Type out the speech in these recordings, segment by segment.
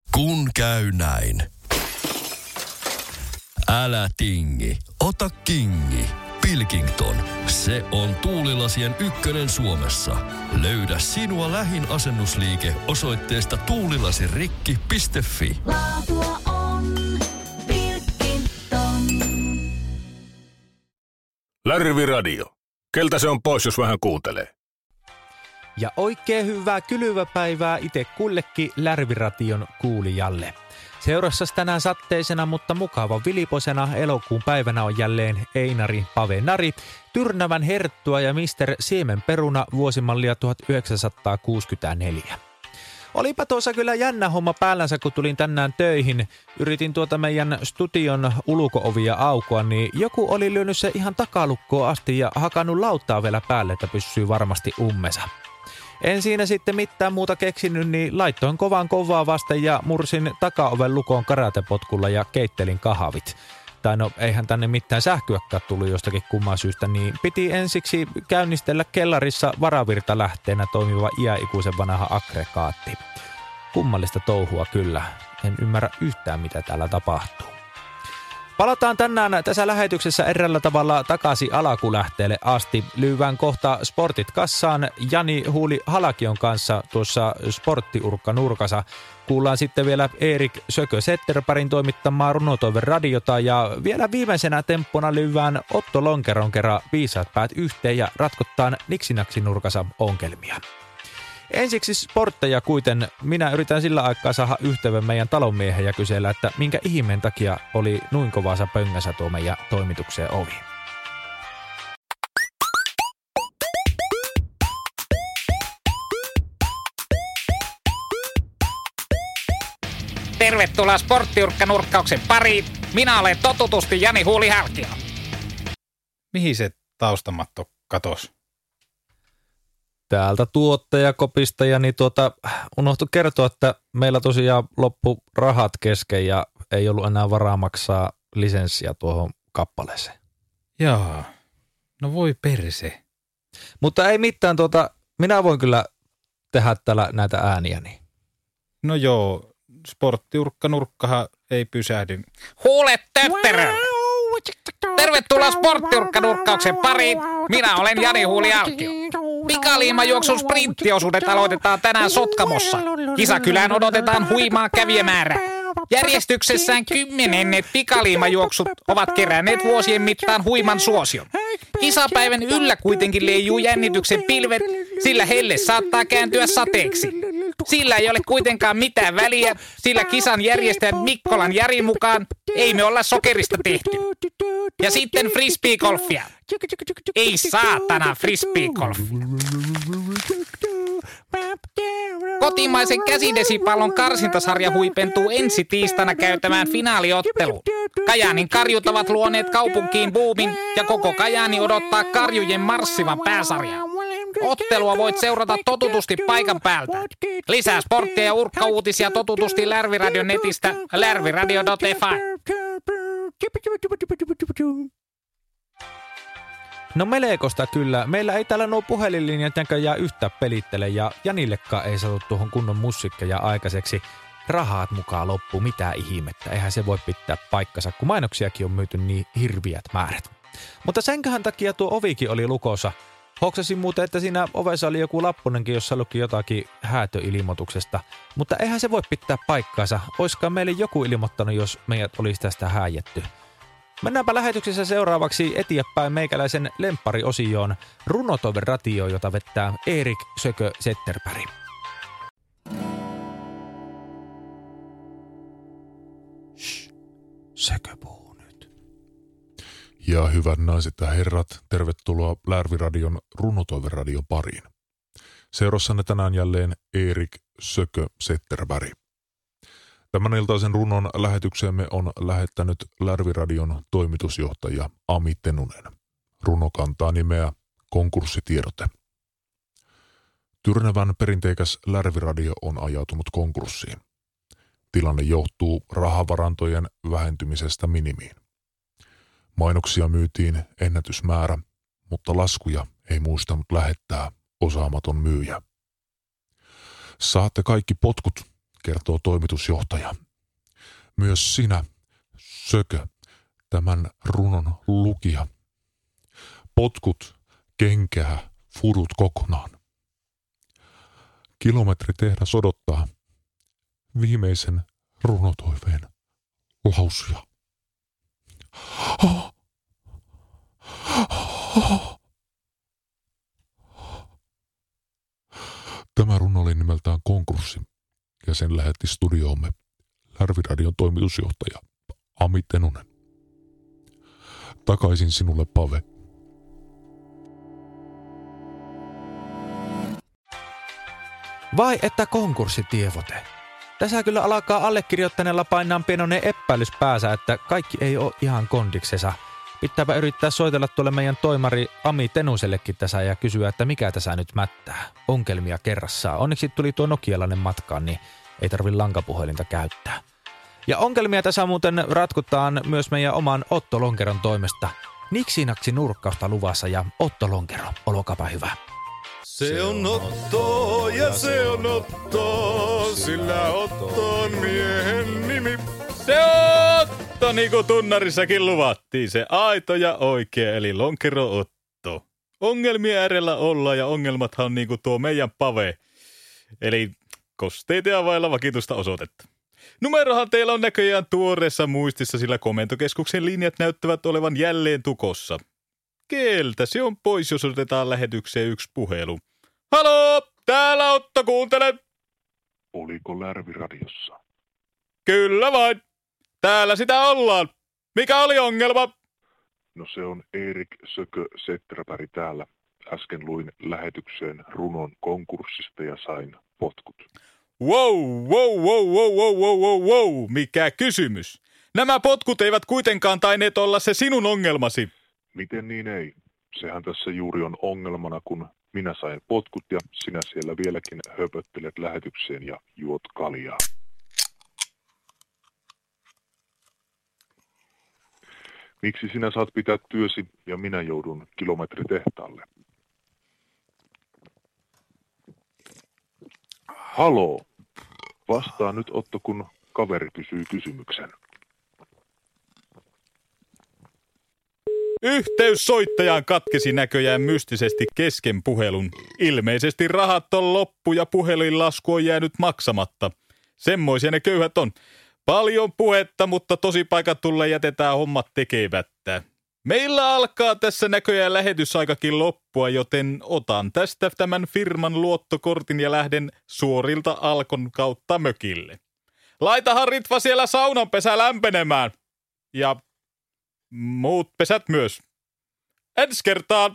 Kun käy näin. Älä tingi, ota kingi. Pilkington, se on tuulilasien ykkönen Suomessa. Löydä sinua lähin asennusliike osoitteesta tuulilasirikki.fi. Laatua on Pilkington. Lärvi Radio. Keltä se on pois, jos vähän kuuntelee? Ja oikein hyvää kylväpäivää itse kullekin Lärviration kuulijalle. Seurassasi tänään satteisena, mutta mukavan viliposena elokuun päivänä on jälleen Einari Pavenari, Tyrnävän Herttua ja Mr. Siemenperuna vuosimallia 1964. Olipa tuossa kyllä jännä homma päällänsä, kun tulin tänään töihin. Yritin tuota meidän studion ulko-ovia aukoa, niin joku oli lyönyt se ihan takalukkoon asti ja hakannut lauttaa vielä päälle, että pysyy varmasti ummesa. En siinä sitten mitään muuta keksinyt, niin laittoin kovaa vasten ja mursin takaoven lukon karatepotkulla ja keittelin kahvit. Tai no, eihän tänne mitään sähköäkään tullut jostakin kumman syystä, niin piti ensiksi käynnistellä kellarissa varavirtalähteenä toimiva iäikuisen vanha aggregaatti. Kummallista touhua kyllä. En ymmärrä yhtään, mitä täällä tapahtuu. Palataan tänään tässä lähetyksessä eräällä tavalla takaisin alakulähteelle asti. Lyydään kohta sportit kassaan Jani Huuli Halakion kanssa tuossa sporttiurkka nurkassa. Kuullaan sitten vielä Erik Sökö-Setterpärin toimittamaa Runotoiven radiota ja vielä viimeisenä temppona lyydään Otto Lonkeron kerran viisaat päät yhteen ja ratkottaan Niksinaksi nurkassa ongelmia. Ensiksi sportteja kuiten. Minä yritän sillä aikaa saada yhteyden meidän talonmiehen ja kysellä, että minkä ihmeen takia oli noin kovaansa pöngässä tuo meidän toimitukseen ovi. Tervetuloa Sporttiurkka-nurkkauksen pariin. Minä olen totutusti Jani Huuli Halkio. Mihin se taustamatto katos? Täältä tuottajakopista ja niin unohtui kertoa, että meillä tosiaan loppu rahat kesken ja ei ollut enää varaa maksaa lisenssiä tuohon kappaleeseen. Jaa, no voi perse. Mutta ei mitään, minä voin kyllä tehdä täällä näitä ääniä. Niin. No joo, sporttiurkka-nurkkahan ei pysähdy. Huule tötterö! Tervetuloa Sporttiurkka-nurkkauksen pariin. Minä olen Jani Huuli Halkio. Pikaliimajuoksun sprinttiosuudet aloitetaan tänään Sotkamossa. Kisakylään odotetaan huimaa kävijämäärää. Järjestyksessään 10 pikaliimajuoksut ovat keränneet vuosien mittaan huiman suosion. Kisapäivän yllä kuitenkin leijuu jännityksen pilvet, sillä helle saattaa kääntyä sateeksi. Sillä ei ole kuitenkaan mitään väliä, sillä kisan järjestäjän Mikkolan Jari mukaan ei me olla sokerista tehty. Ja sitten frisbeegolfia. Ei saatana frisbeegolfia. Kotimaisen käsidesipallon karsintasarja huipentuu ensi tiistaina käytämään finaaliotteluun. Kajaanin karjut ovat luoneet kaupunkiin buumin ja koko Kajaani odottaa karjujen marssivan pääsarjaa. Ottelua voit seurata totutusti paikan päältä. Lisää sporttia ja urkkauutisia totutusti Lärviradion netistä lärviradio.fi. No melekosta kyllä. Meillä ei täällä nuo puhelinlinjat näköjään yhtään pelittele ja Janillekaan ei saatu tuohon kunnon musiikkeja aikaiseksi. Rahat mukaan loppu, mitä ihmettä. Eihän se voi pitää paikkansa, kun mainoksiakin on myyty niin hirviät määrät. Mutta senköhän takia tuo ovikin oli lukossa. Hoksasin muuten, että siinä ovessa oli joku lappunenkin, jossa luki jotakin häätöilmoituksesta. Mutta eihän se voi pitää paikkaansa. Oiskaan meille joku ilmoittanut, jos meidät olisi tästä hääjetty. Mennäänpä lähetyksessä seuraavaksi eteenpäin meikäläisen lemppariosioon Runotoiven radio, jota vettää Erik Sökö-Setterpäri. Sökö puhuu nyt. Ja hyvät naiset ja herrat, tervetuloa Lärviradion Runotoiven radion pariin. Seurassanne tänään jälleen Erik Sökö-Setterpäri. Tämän iltaisen runon lähetykseemme on lähettänyt Lärviradion toimitusjohtaja Ami Tenunen. Runo kantaa nimeä Konkurssitiedote. Tyrnävän perinteikäs Lärviradio on ajautunut konkurssiin. Tilanne johtuu rahavarantojen vähentymisestä minimiin. Mainoksia myytiin ennätysmäärä, mutta laskuja ei muistanut lähettää osaamaton myyjä. Saatte kaikki potkut, kertoo toimitusjohtaja. Myös sinä, Sökö, tämän runon lukija. Potkut kenkää, fudut kokonaan. Kilometritehdas odottaa viimeisen runotoiveen lausuja. Tämä runo oli nimeltään Konkurssi, ja sen lähetti studioomme Lärviradion toimitusjohtaja Ami Tenunen. Takaisin sinulle, Pave. Vai että konkurssitievote? Tässä kyllä alkaa allekirjoittaneella painaa pienoinen epäilys päässä, että kaikki ei ole ihan kondiksessa. Pitääpä yrittää soitella tuolle meidän toimari Ami Tenusellekin tässä ja kysyä, että mikä tässä nyt mättää. Ongelmia kerrassaan. Onneksi tuli tuo nokialainen matkaan, niin ei tarvi lankapuhelinta käyttää. Ja ongelmia tässä muuten ratkotaan myös meidän oman Otto Lonkeron toimesta. Niksinaksi nurkkausta luvassa ja Otto Lonkero, olkaapa hyvä. Se on Otto ja se on Otto, sillä Otto on miehen nimi. Se Otto, niin kuin tunnarissakin luvattiin, se aito ja oikea, eli Lonkero Otto. Ongelmia äärellä ollaan ja ongelmathan on niin kuin tuo meidän Pave, eli kosteita ja vailla vakituista osoitetta. Numerohan teillä on näköjään tuoreessa muistissa, sillä komentokeskuksen linjat näyttävät olevan jälleen tukossa. Keltä se on pois, jos otetaan lähetykseen yksi puhelu? Haloo, täällä Otto, kuuntele. Oliko Lärviradiossa? Kyllä vain. Täällä sitä ollaan. Mikä oli ongelma? No se on Erik Sökö Seträpäri täällä. Äsken luin lähetykseen runon konkurssista ja sain potkut. Wow. Mikä kysymys? Nämä potkut eivät kuitenkaan taineet olla se sinun ongelmasi. Miten niin ei? Sehän tässä juuri on ongelmana, kun minä sain potkut ja sinä siellä vieläkin höpöttelet lähetykseen ja juot kaljaa. Miksi sinä saat pitää työsi ja minä joudun kilometritehtaalle? Haloo, vastaa nyt Otto, kun kaveri kysyy kysymyksen. Yhteys soittajaan katkesi näköjään mystisesti kesken puhelun. Ilmeisesti rahat on loppu ja puhelinlasku on jäänyt maksamatta. Semmoisia ne köyhät on. Paljon puhetta, mutta tosipaikkatulle jätetään hommat tekevättä. Meillä alkaa tässä näköjään lähetysaikakin loppua, joten otan tästä tämän firman luottokortin ja lähden suorilta Alkon kautta mökille. Laitahan Ritva siellä saunanpesä lämpenemään. Ja muut pesät myös. Ensi kertaan!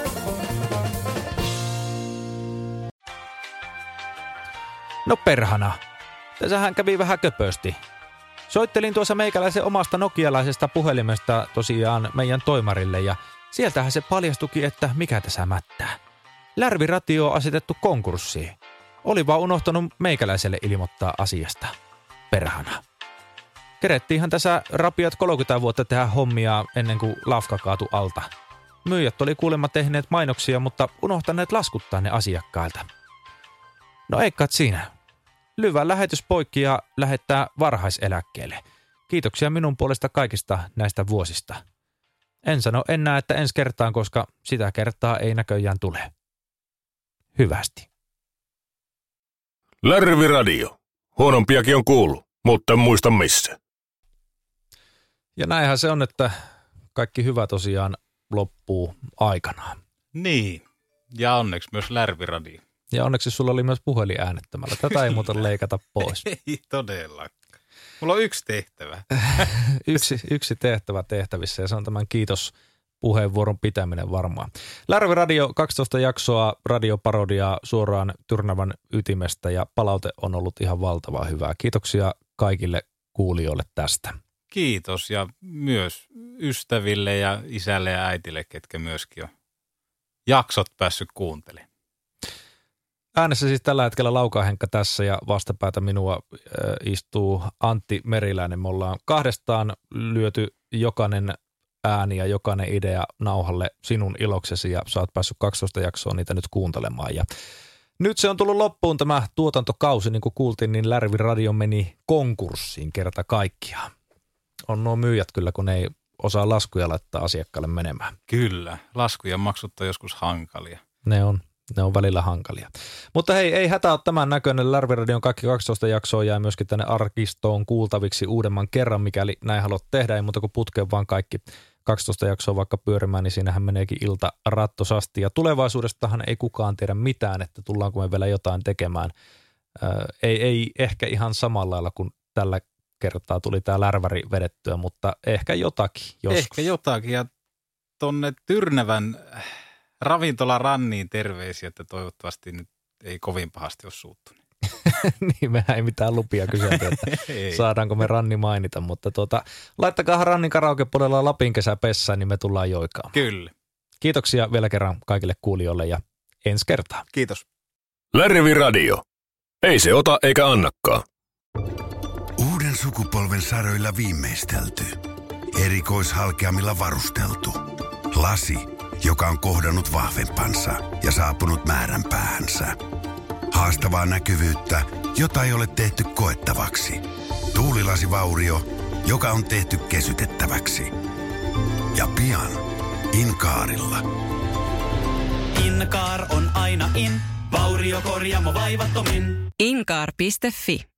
No perhana. Tässähän kävi vähän köpösti. Soittelin tuossa meikäläisen omasta nokialaisesta puhelimesta tosiaan meidän toimarille ja sieltähän se paljastuki, että mikä tässä mättää. Lärviratio on asetettu konkurssiin. Oli vaan unohtanut meikäläiselle ilmoittaa asiasta. Perhana. Kerettiinhän tässä rapiat 30 vuotta tehdä hommia ennen kuin lafka kaatu alta. Myyjät oli kuulemma tehneet mainoksia, mutta unohtaneet laskuttaa ne asiakkailta. No eikat siinä. Lyvän lähetys poikki ja lähettää varhaiseläkkeelle. Kiitoksia minun puolesta kaikista näistä vuosista. En sano enää, että ensi kertaan, koska sitä kertaa ei näköjään tule. Hyvästi. Lärviradio. Huonompiakin on kuullut, mutta en muista missä. Ja näinhän se on, että kaikki hyvä tosiaan loppuu aikanaan. Niin, ja onneksi myös Lärviradio. Ja onneksi sulla oli myös puhelin äänettömällä. Tätä ei muuten leikata pois. Ei todellakaan. Mulla on yksi tehtävä. yksi tehtävä tehtävissä ja se on tämän kiitospuheenvuoron pitäminen varmaan. Lärviradio 12 jaksoa radioparodiaa suoraan Tyrnävän ytimestä ja palaute on ollut ihan valtavan hyvää. Kiitoksia kaikille kuulijoille tästä. Kiitos ja myös ystäville ja isälle ja äitille, ketkä myöskin on jaksot päässyt kuuntelemaan. Äänessä siis tällä hetkellä Lauka-Henkka tässä ja vastapäätä minua istuu Antti Meriläinen. Me ollaan kahdestaan lyöty jokainen ääni ja jokainen idea nauhalle sinun iloksesi ja sä oot päässyt 12 jaksoa niitä nyt kuuntelemaan. Ja Nyt se on tullut loppuun tämä tuotantokausi, niin kuin kuultiin, niin Lärvi Radio meni konkurssiin kerta kaikkiaan. On nuo myyjät kyllä, kun ne ei osaa laskuja laittaa asiakkaalle menemään. Kyllä, laskujen maksut on joskus hankalia. Ne on välillä hankalia. Mutta hei, ei hätä ole tämän näköinen. Lärviradion kaikki 12 jaksoa jää myöskin tänne arkistoon kuultaviksi uudemman kerran, mikäli näin haluat tehdä. Ei muuta kuin putkeen vaan kaikki 12 jaksoa vaikka pyörimään, niin siinähän meneekin ilta rattosasti. Ja tulevaisuudestahan ei kukaan tiedä mitään, että tullaanko me vielä jotain tekemään. Ei ehkä ihan samalla lailla kuin tällä kertaa tuli tämä lärväri vedettyä, mutta ehkä jotakin joskus. Ehkä jotakin ja tonne Tyrnävän ravintola-ranniin terveisiä, että toivottavasti nyt ei kovin pahasti ole suuttunut. Niin, mehän ei mitään lupia kyselty, että saadaanko me ranni mainita, mutta laittakaa rannin karaokepuolella Lapin kesä pessään, niin me tullaan joikaamaan. Kyllä. Kiitoksia vielä kerran kaikille kuulijoille ja ensi kertaa. Kiitos. Lärvi Radio. Ei se ota eikä annakaan. Uuden sukupolven saroilla viimeistelty. Erikoishalkeamilla varusteltu. Lasi, joka on kohdannut vahvempansa ja saapunut määränpäähänsä. Haastavaa näkyvyyttä, jota ei ole tehty koettavaksi. Tuulilasivaurio, joka on tehty kesytettäväksi. Ja pian Inkaarilla. Inkaar on aina in, vauriokorjaamo vaivattomin. Inkaar.fi